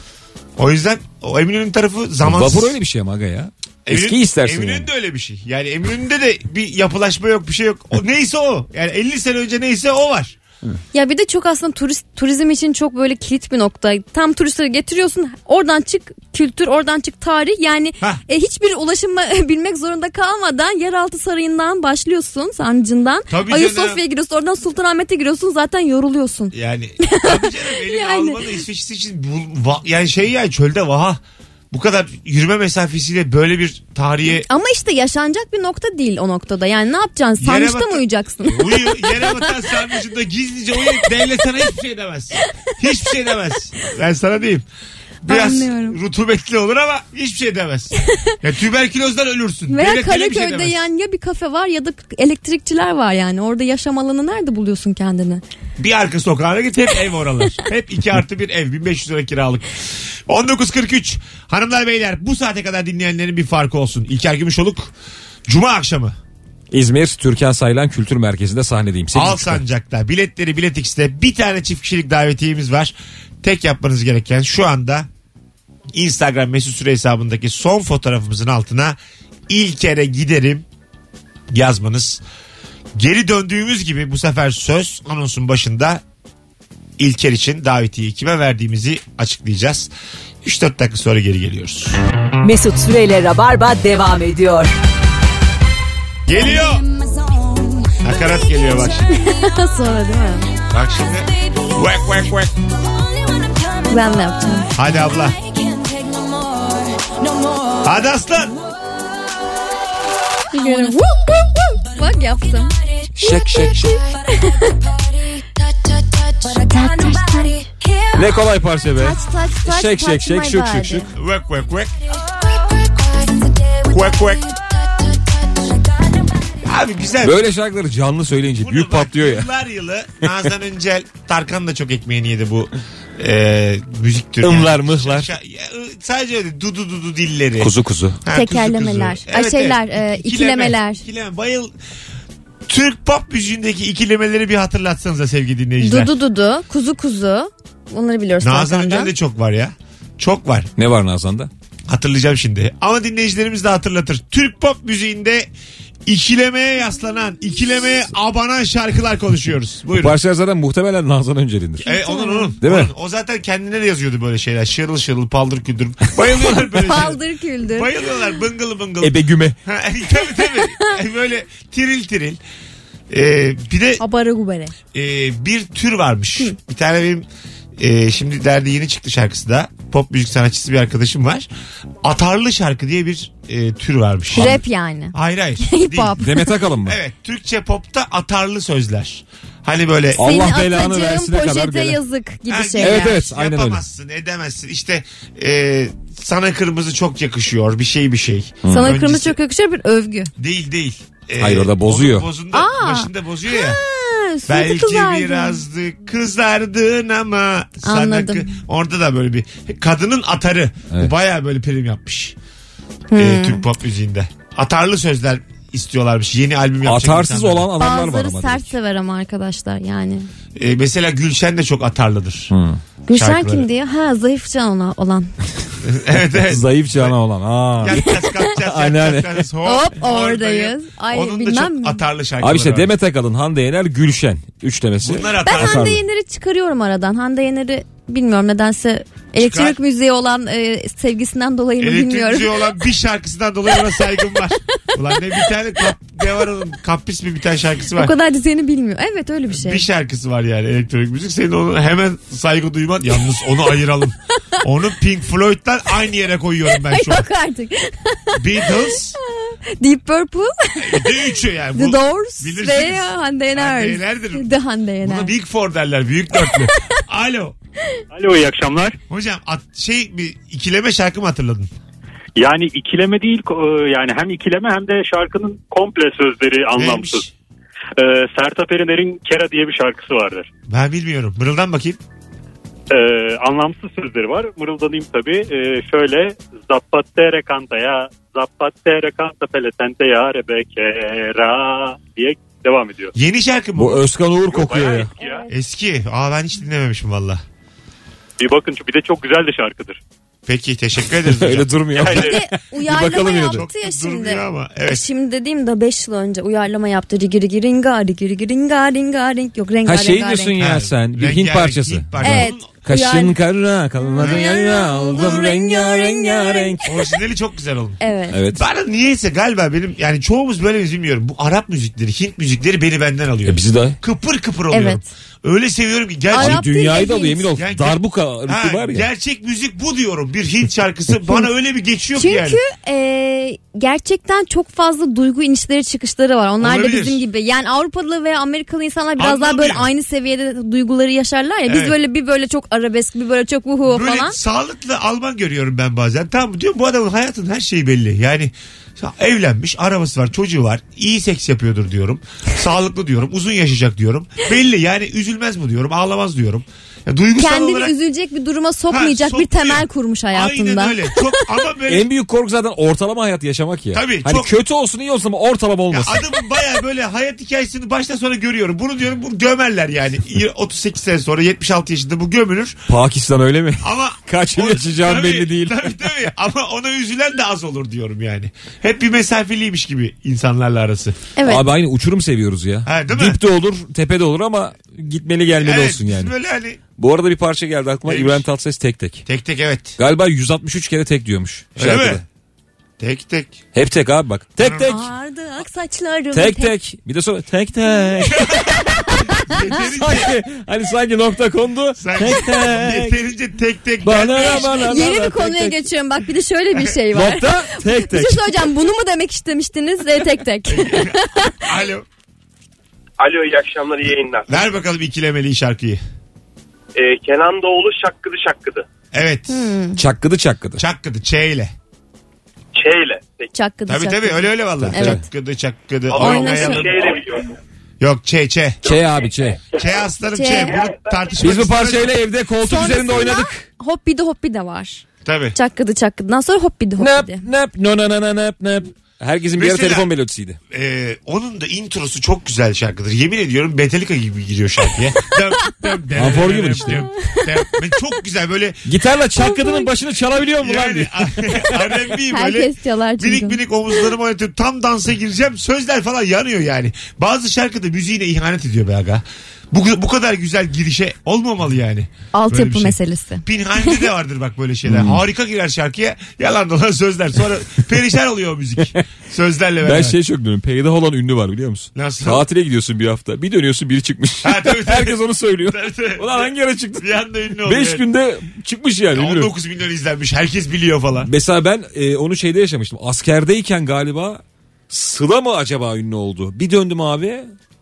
O yüzden o Eminönü tarafı zamansız. Vapur öyle bir şey ama aga ya. Eminönü- Eski istersin Eminönü'nde yani. öyle bir şey. Yani Eminönü'nde de bir yapılaşma yok, bir şey yok. O neyse o. Yani elli sene önce neyse o var. Ya bir de çok aslında turist turizm için çok böyle kilit bir nokta. Tam turistleri getiriyorsun. Oradan çık kültür, oradan çık tarih. Yani e, hiçbir ulaşımı bilmek zorunda kalmadan yeraltı sarayından başlıyorsun, sarnıcından. Tabii Ayasofya'ya canım. giriyorsun, oradan Sultanahmet'e giriyorsun, zaten yoruluyorsun. Yani tabii canım, elini Yani. Alman'ı İsveç'si için bu, va- yani şey ya, çölde vaha. Bu kadar yürüme mesafesiyle böyle bir tarihe Ama işte yaşanacak bir nokta değil o noktada. Yani ne yapacaksın? Yere Sarnıçta batan- mı uyuyacaksın? uyu, yere batan sarnıcında gizlice uyuyup devlet sana hiçbir şey demez. Hiçbir şey demez. Ben sana diyeyim. Biraz Anlıyorum. rutubetli olur ama hiçbir şey demez. Ya tüberkülozdan ölürsün. Veya Devlet bile bir şey Karaköy'de demez. yani ya bir kafe var ya da elektrikçiler var yani. Orada yaşam alanı nerede buluyorsun kendini? Bir arka sokağına git, hep ev oralar. Hep iki artı bir ev, bin beş yüz lira kiralık. on dokuz kırk üç hanımlar beyler, bu saate kadar dinleyenlerin bir farkı olsun. İlker Gümüşoluk Cuma akşamı İzmir Türkan Saylan Kültür Merkezi'nde sahnedeyim. sekiz buçukta. Alsancak'ta, biletleri Bilet X'te bir tane çift kişilik davetiyemiz var. Tek yapmanız gereken şu anda Instagram mesut süre hesabındaki son fotoğrafımızın altına İlker'e giderim yazmanız. Geri döndüğümüz gibi bu sefer söz anonsun başında İlker için davetiyi kime verdiğimizi açıklayacağız. üç dört dakika sonra geri geliyoruz. Mesut Süreyle Rabarba devam ediyor. Geliyor. Nakarat geliyor bak şimdi. Sonra değil mi? Bak şimdi. Vek vek vek. Ben de yapacağım. Hadi abla. Hadi aslan. Görün. Woo, woo, woo. Bak yaptım. Şek şek şek. Ne kolay parça be. Touch, touch, touch, Şek şek touch şek my şık body. şık şık. Vek vek vek. Vek vek. Abi güzel. Böyle şarkıları canlı söyleyince Bunu büyük bak, patlıyor ya. Yıllar yılı Nazan Öncel, Tarkan da çok ekmeğini yedi bu e, müzik türü. Imlar, mıhlar. Şa- ya, sadece öyle dudu dudu dilleri. Kuzu kuzu. Ha, Tekerlemeler. kuzu kuzu. Ay, şeyler, e, ikilemeler. İkileme. Bayıl. Türk pop müziğindeki ikilemeleri bir hatırlatsanıza sevgili dinleyiciler. Dudu dudu, kuzu kuzu. Onları biliyoruz. Nazan Tarkan'dan. Öncel'de çok var ya. Çok var. Ne var Nazan'da? Hatırlayacağım şimdi. Ama dinleyicilerimiz de hatırlatır. Türk pop müziğinde ikilemeye yaslanan, ikilemeye abanan şarkılar konuşuyoruz. Bu Buyurun. parçalar zaten muhtemelen Nazan Öncel'indir. E, onun onun. Değil mi? Onun. O zaten kendine de yazıyordu böyle şeyler. Şırıl şırıl, paldır küldür. Bayılıyorlar böyle şeyler. Paldır küldür. Bayılıyorlar bıngıl bıngıl. Ebe güme. Ha, tabii tabii. E, böyle tiril tiril. Ee, bir de Abara gubere. e, bir tür varmış. Bir tane benim e, şimdi derdi yeni çıktı şarkısı da. pop müzik sanatçısı bir arkadaşım var. Atarlı şarkı diye bir e, tür varmış. Rap yani. Hayır hayır. Hip hop. Demet Akalın mı? Evet, Türkçe popta atarlı sözler. Hani böyle Allah Seni belanı atacağım versine kadar poşete gelen. yazık gibi Ha, şeyler. Evet evet aynen öyle. yapamazsın, edemezsin. İşte e, sana kırmızı çok yakışıyor, bir şey bir şey. Sana Öncesi- kırmızı çok yakışıyor bir övgü. Değil değil. E, Hayır, orada bozuyor. onun Bozunda, Aa. başında bozuyor ya. Ha, suratı Belki kızardı. birazdı kızardın ama sana Anladım. kı- orada da böyle bir kadının atarı. Evet. Bu bayağı böyle prim yapmış. Hmm. E, Türk pop müziğinde. Atarlı sözler istiyorlarmış. Yeni albüm yapacak Atarsız insanlar. olan adamlar var Bazıları ama. sert sever ama arkadaşlar yani. E, mesela Gülşen de çok atarlıdır. Hı. Gülşen Şarkıları. kim diyor? Ha zayıf can ona olan. Evet evet. Zayıf cana olan. Aa. Yatacağız kalkacağız Aynen, aynen. yatacağız. Hop, Hop, oradayım. oradayız. Ay, Onun da bilmem. çok atarlı şarkıları Abi işte var. Demet Akalın, Hande Yener, Gülşen. Üçlemesi. Bunlar Ben atarlı. Hande Yener'i çıkarıyorum aradan. Hande Yener'i bilmiyorum nedense elektrik müziği olan e, sevgisinden dolayı mı Elektrik bilmiyorum. müziği olan bir şarkısından dolayı ona saygım var. Ulan ne bir tane kap, ne var onun kapris mi bir tane şarkısı var. O kadar dizini bilmiyor. Evet öyle bir şey. Bir şarkısı var yani elektronik müzik. Senin onu hemen saygı duyman. Yalnız onu ayıralım. Onu Pink Floyd'dan aynı yere koyuyorum ben şu an. Yok artık. Beatles. Deep Purple, Bir de üçü yani. The Bu- Doors bilirsiniz. ve Hande Yener. Hande Yener'dir. The Hande Yener. Buna Big Four derler. Büyük dörtlü. Alo. Alo, iyi akşamlar. Hocam at, şey bir ikileme şarkı mı hatırladın? Yani ikileme değil, ko- yani hem ikileme hem de şarkının komple sözleri anlamsız. Neymiş? Ee, Sertab Erener'in Kera diye bir şarkısı vardır. Ben bilmiyorum. Mırıldan bakayım. Ee, anlamsız sözleri var. Mırıldanayım tabii. Ee, şöyle Zappatere cantaya, Zappatere canta peletente ya rebekera diye devam ediyor. Yeni şarkı mı? Bu Özkan Uğur kokuyor Bayağı ya. eski ya. Eski. Aa ben hiç dinlememişim valla. Bir bakın, bir de çok güzel de şarkıdır. Peki teşekkür ederiz hocam. Öyle durmuyor. Yani- Bir de uyarlama bakalım yaptı Çok ya da şimdi. durmuyor ama. Evet. Şimdi dediğim de beş yıl önce uyarlama yaptı. Rigi rigi ringa rigi rigi ringa ringa ring. Yok renga Ha şey renga diyorsun renk. ya Ha, sen. Bir rengarenk Hint parçası. Hint parçası. Evet. Onun Kaşın Uyar- kara kalmadın yana oldum rengarenk. orijinali çok güzel olmuş. Evet. Evet. Bana niyeyse galiba benim yani çoğumuz böyle mi bilmiyorum. Bu Arap müzikleri, Hint müzikleri beni benden alıyor. E bizi de. Kıpır kıpır oluyorum. Evet. Öyle seviyorum ki gerçek. Arap değil Dünyayı de da alıyor Hint. emin ol. Yani- Darbuka Ha, ritmi var ya. gerçek müzik bu diyorum. Bir Hint şarkısı bana öyle bir geçiyor ki yani. Çünkü e, gerçekten çok fazla duygu inişleri çıkışları var. Onlar Olabilir. da bizim gibi. Yani Avrupalı ve Amerikalı insanlar biraz daha böyle Anlamıyor. aynı seviyede duyguları yaşarlar ya. Biz Evet. böyle bir böyle çok arabesk, bir böyle çok vuhu Böyle falan. sağlıklı Alman görüyorum ben bazen. Tamam diyorum bu adamın hayatın her şeyi belli. Yani evlenmiş, arabası var, çocuğu var. İyi seks yapıyordur diyorum. Sağlıklı diyorum. Uzun yaşayacak diyorum. Belli yani üzülmez mi diyorum. Ağlamaz diyorum. Ya, duygusal Kendini olarak üzülecek bir duruma sokmayacak Ha, bir sokmuyor. temel kurmuş hayatında. aynen öyle. Çok ama böyle En büyük korku zaten ortalama hayat yaşamak ya. Tabii, Hani çok- kötü olsun iyi olsun ama ortalama ya olmasın. adamın baya böyle hayat hikayesini baştan sona görüyorum. Bunu diyorum bu gömerler yani. otuz sekiz sene sonra yetmiş altı yaşında bu gömülür. Pakistan öyle mi? Ama Kaç yıl o- yaşayacağım tabii, belli değil. Tabii tabii ama ona üzülen de az olur diyorum yani. Hep bir mesafeliymiş gibi insanlarla arası. Evet. Abi aynı uçurum seviyoruz ya. Ha, değil mi? Dip de olur tepede olur ama gitmeli gelmeli Evet, olsun biz yani. böyle hani Bu arada bir parça geldi aklıma. Neymiş? İbrahim Tatlıses tek tek. tek tek evet. Galiba yüz altmış üç kere tek diyormuş. Öyle şarkıda. mi? Tek tek. Hep tek abi bak. Tek tek. Ağardı ak saçlarım. Tek tek. Bir de sonra tek tek. Yeterince, sanki hani sanki nokta kondu. sen, Tek tek. yeterince tek tek. Bana gelmiş. bana Yeni bana, bir konuya tek tek. geçiyorum. Bak bir de şöyle bir şey var. Nokta tek Bir tek. şey söyleyeceğim. Bunu mu demek istemiştiniz? E, tek tek. Alo. Alo, iyi akşamlar, iyi yayınlar. Ver bakalım ikilemeli şarkıyı. Ee, Kenan Doğulu şakkıdı şakkıdı. Evet. Hmm. Çakkıdı çakkıdı. Çakkıdı. Ç ile. Çeyle. Çakkıdı Tabii çakkıdı. tabii öyle öyle valla. Evet. Çakkıdı çakkıdı. Oynasın. Oynayalım. Çeyle biliyorum. Yok Ç Ç. Ç abi Ç. Ç aslanım Ç. Ç. Bunu tartışmak Biz bu istemez- parçayla evde koltuk Sonrasında üzerinde oynadık. Hoppi de hoppi de var. Tabii. Çakkıdı çakkıdıdan sonra hoppi de Nap hoppi de. nap no no no no nap nap. Herkesin bir ara Mesela- telefon melodisiydi. Ee, onun da introsu çok güzel şarkıdır. Yemin ediyorum Metallica gibi giriyor şarkıya. Dem, dem, dem, Amfor dem, gibi dem, işte. dem, dem. Ve çok güzel böyle Gitarla çakkıdının başını çalabiliyor mu lan yani diye. R and B böyle Herkes çalar çünkü. minik minik omuzlarımı oynatıp tam dansa gireceğim. Sözler falan yanıyor yani. Bazı şarkıda müziğine ihanet ediyor be aga. Bu, bu kadar güzel girişe olmamalı yani. Altyapı şey. meselesi. Pinhani'de de vardır bak böyle şeyler. Hmm. Harika girer şarkıya, yalan dolan sözler. Sonra perişan oluyor o müzik. Sözlerle beraber. Ben şey çok diyorum. Peydah olan ünlü var biliyor musun? Nasıl? Tatile gidiyorsun bir hafta. Bir dönüyorsun biri çıkmış. Ha, tabii, tabii. Herkes onu söylüyor. Tabii, tabii. Ulan hangi ara çıktı? Bir anda ünlü oluyor. beş günde çıkmış yani. on dokuz milyon izlenmiş. Herkes biliyor falan. Mesela ben e, onu şeyde yaşamıştım. Askerdeyken galiba Sıla mı acaba ünlü oldu? Bir döndüm abi.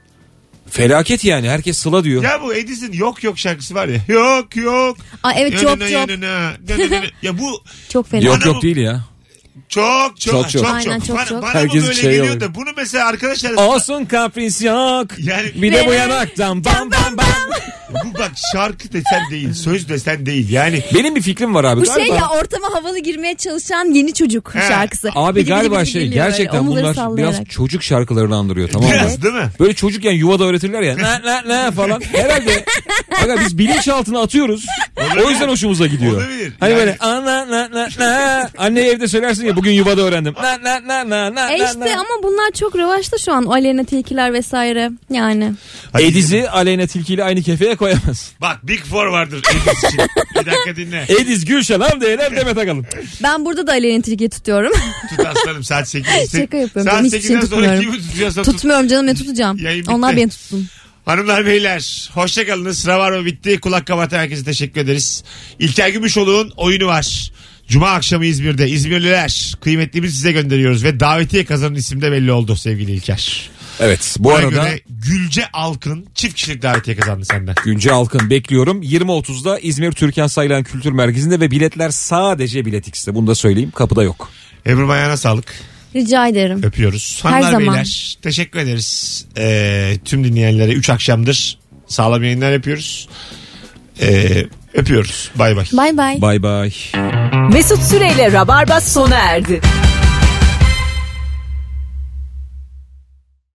Felaket yani. Herkes Sıla diyor. Ya bu Edis'in Yok Yok şarkısı var ya. Yok yok. Aa, evet yanına, yok yok. Yanına, yanına. Ya bu çok fena. Yok yok değil ya. Çok çok çok çok. Aynen, çok, bana, çok. bana Herkes bu böyle şey geliyor oluyor. da bunu mesela arkadaşlar. Olsun kapris yok. Yani bir de bu yanaktan bam bam bam. Bu bak şarkı desen değil, söz desen değil. Yani benim bir fikrim var abi. Bu galiba... şey ya, ortama havalı girmeye çalışan yeni çocuk He. şarkısı. Abi Bidi galiba bidi bidi şey geliyor gerçekten öyle, omuzları bunlar sallayarak. biraz çocuk şarkılarını andırıyor, tamam mı? biraz değil mi? Böyle çocukken yuvada öğretirler ya. Ne ne ne falan. Herhalde aga biz bilinçaltına atıyoruz. Olabilir. O yüzden hoşumuza gidiyor. Olabilir. Hani Yani- böyle ana na na na. Anneye evde söylersin ya, bugün yuvada öğrendim. Na na na na na E na, işte na. ama bunlar çok revaçta şu an. Aleyna Tilkiler vesaire yani. Hadi Ediz'i Aleyna Tilki ile aynı kefeye koyamaz. bak Big Four vardır Edis için. Bir dakika dinle. Ediz, Gülşen, Hamdiyeler, Demet Akalın. Ben burada da Aleyna Tilki'yi tutuyorum. Tut aslanım saat sekizde. Şaka yapıyorum. Saat Ben hiçbir şey sekizden sonra tutmuyorum. kimi tutuyorsan tut. Tutmuyorum canım, ne tutacağım. Yayın bitti. Onlar beni tutsun. Hanımlar beyler hoşçakalınız. Rabarba bitti. Kulak kabatan herkese teşekkür ederiz. İlker Gümüşoğlu'nun oyunu var. Cuma akşamı İzmir'de. İzmirliler kıymetlimizi size gönderiyoruz ve davetiye kazanan isim de belli oldu sevgili İlker. Evet, bu Buna arada göre Gülce Alkın çift kişilik davetiye kazandı senden. Günce Alkın bekliyorum. yirmi otuzda İzmir Türkan Saylan Kültür Merkezi'nde ve biletler sadece Bilet X'te. Bunu da söyleyeyim, kapıda yok. Ebru ayağına sağlık. Rica ederim. Öpüyoruz. Her Hanımlar zaman. beyler teşekkür ederiz. Ee, tüm dinleyenlere üç akşamdır sağlam yayınlar yapıyoruz. Ee, öpüyoruz. Bay bay. Bay bay. Bay bay. Mesut Süreyle Rabarba sona erdi.